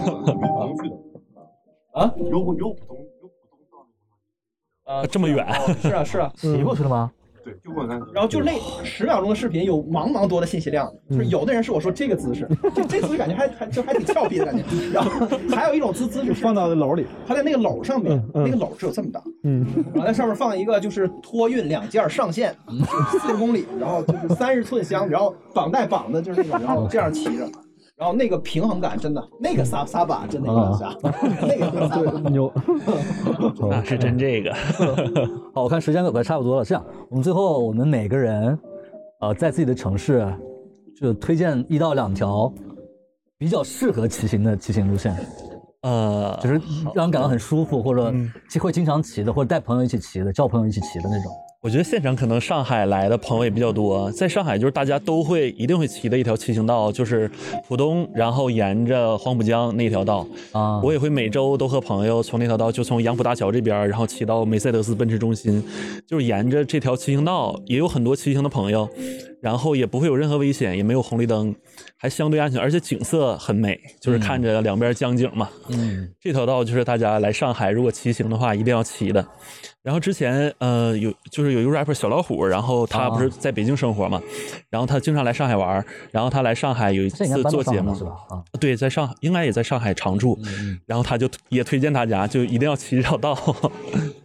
啊，有有普通有普通到啊，这么远？ 是啊是啊， 骑过去了吗？ 对，就过来。然后就那十秒钟的视频有茫茫多的信息量，就是有的人是我说这个姿势，这这姿势感觉还还就还挺俏皮的感觉，然后还有一种姿姿势放到篓里， 他在那个篓上面，那个篓只有这么大，嗯，然后在上面放一个就是托运两件上限四十公里，然后就是三十寸箱，然后绑带绑的就是那种，然后这样骑着。然后那个平衡感真的，那个撒撒把真的有啥，那个撒把牛， 那是真这个。 好，我看时间快差不多了，这样我们最后我们每个人，呃，在自己的城市就推荐一到两条比较适合骑行的骑行路线，呃，就是让人感到很舒服，或者会经常骑的，或者带朋友一起骑的，叫朋友一起骑的那种。 我觉得现场可能上海来的朋友也比较多，在上海就是大家都会一定会骑的一条骑行道，就是浦东，然后沿着黄浦江那条道啊，我也会每周都和朋友从那条道，就从杨浦大桥这边，然后骑到梅赛德斯奔驰中心，就是沿着这条骑行道，也有很多骑行的朋友，然后也不会有任何危险，也没有红绿灯，还相对安全，而且景色很美，就是看着两边江景嘛。嗯，这条道就是大家来上海如果骑行的话一定要骑的。然后之前呃有就是有一个 rapper 小老虎，然后他不是在北京生活嘛，然后他经常来上海玩，然后他来上海有一次做节目， 是吧？啊， 对，在上应该也在上海常住，然后他就也推荐大家就一定要骑这条道。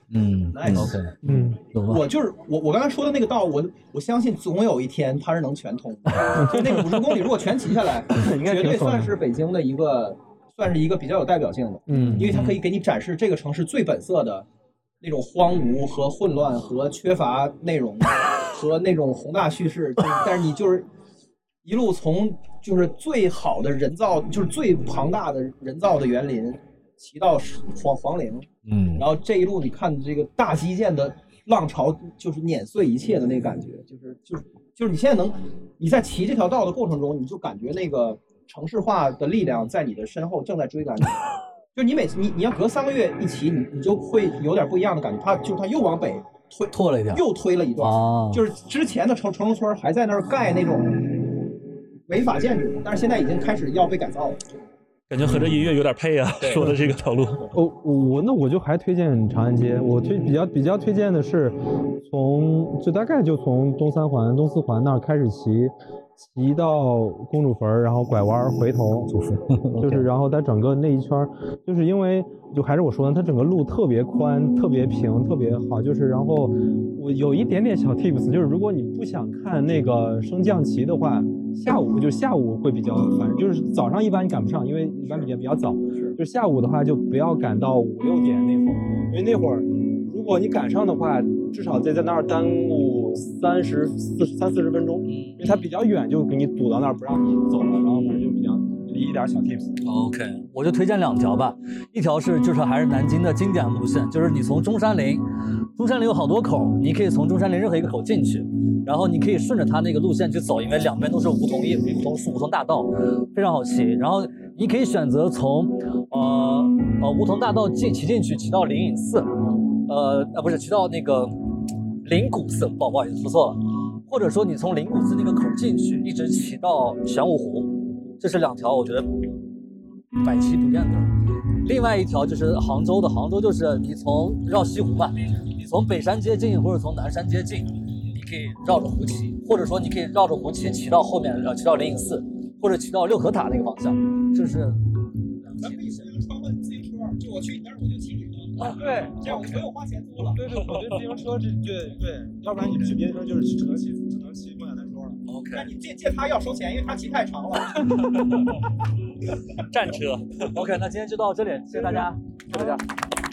嗯 Nice ，OK， 嗯， 懂了。 我就是我，我刚才说的那个道，我我相信总有一天它是能全通的。就那个五十公里，如果全骑下来， 应该绝对挺爽的算是北京的一个，算是一个比较有代表性的。 嗯因为它可以给你展示这个城市最本色的那种荒芜和混乱和缺乏内容和那种宏大叙事。就是但是你就是一路从就是最好的人造，就是最庞大的人造的园林，骑到黄黄陵。 嗯然后这一路你看这个大基建的浪潮，就是碾碎一切的那个感觉，就是就是就是你现在能你在骑这条道的过程中，你就感觉那个城市化的力量在你的身后正在追赶你。就你每次你你要隔三个月一骑，你你就会有点不一样的感觉。它就是它又往北推拓了一点， 又推了一段， 啊就是之前的城城中村还在那儿盖那种违法建筑，但是现在已经开始要被改造了。 感觉和这音乐有点配啊，说的这个条路。 哦，我那我就还推荐长安街，我推比较比较推荐的是从就大概就从东三环、东四环那儿开始骑，骑到公主坟，然后拐弯回头，就是然后它整个那一圈，就是因为就还是我说的，它整个路特别宽、特别平、特别好，就是然后我有一点点小 tips， 就是如果你不想看那个升降旗的话，下午就下午会比较烦，就是早上一般你赶不上，因为一般比较比较早，就下午的话就不要赶到五六点那会儿，因为那会儿如果你赶上的话，至少得在那儿耽误三十四三四十分钟，因为它比较远，就给你堵到那儿不让你走了，然后反正就比较一点小 tips。 OK， 我就推荐两条吧，一条是就是还是南京的经典路线，就是你从中山陵，中山陵有好多口，你可以从中山陵任何一个口进去，然后你可以顺着它那个路线去走，因为两边都是梧桐叶、梧桐树、梧桐大道，非常好骑。然后你可以选择从呃呃梧桐大道进骑进去，骑到灵隐寺，呃呃不是骑到那个灵谷寺，不好意思说错了，或者说你从灵谷寺那个口进去，一直骑到玄武湖。这是两条我觉得百骑不厌的。另外一条就是杭州的，杭州就是你从绕西湖嘛，你从北山街进或者从南山街进，你可以绕着湖骑，或者说你可以绕着湖骑骑到后面，骑到灵隐寺，或者骑到六合塔那个方向。这是咱可以互相穿换自行车，就我去你那儿我就骑你的。啊，对，这样我不用花钱租了。对对，我觉得自行车这对对，要不然你去别的地方就是只能骑只能骑共享单车了。OK， 那你借借他要收钱，因为他骑太长了。 战车。 OK， 那今天就到这里，谢谢大家，谢谢大家。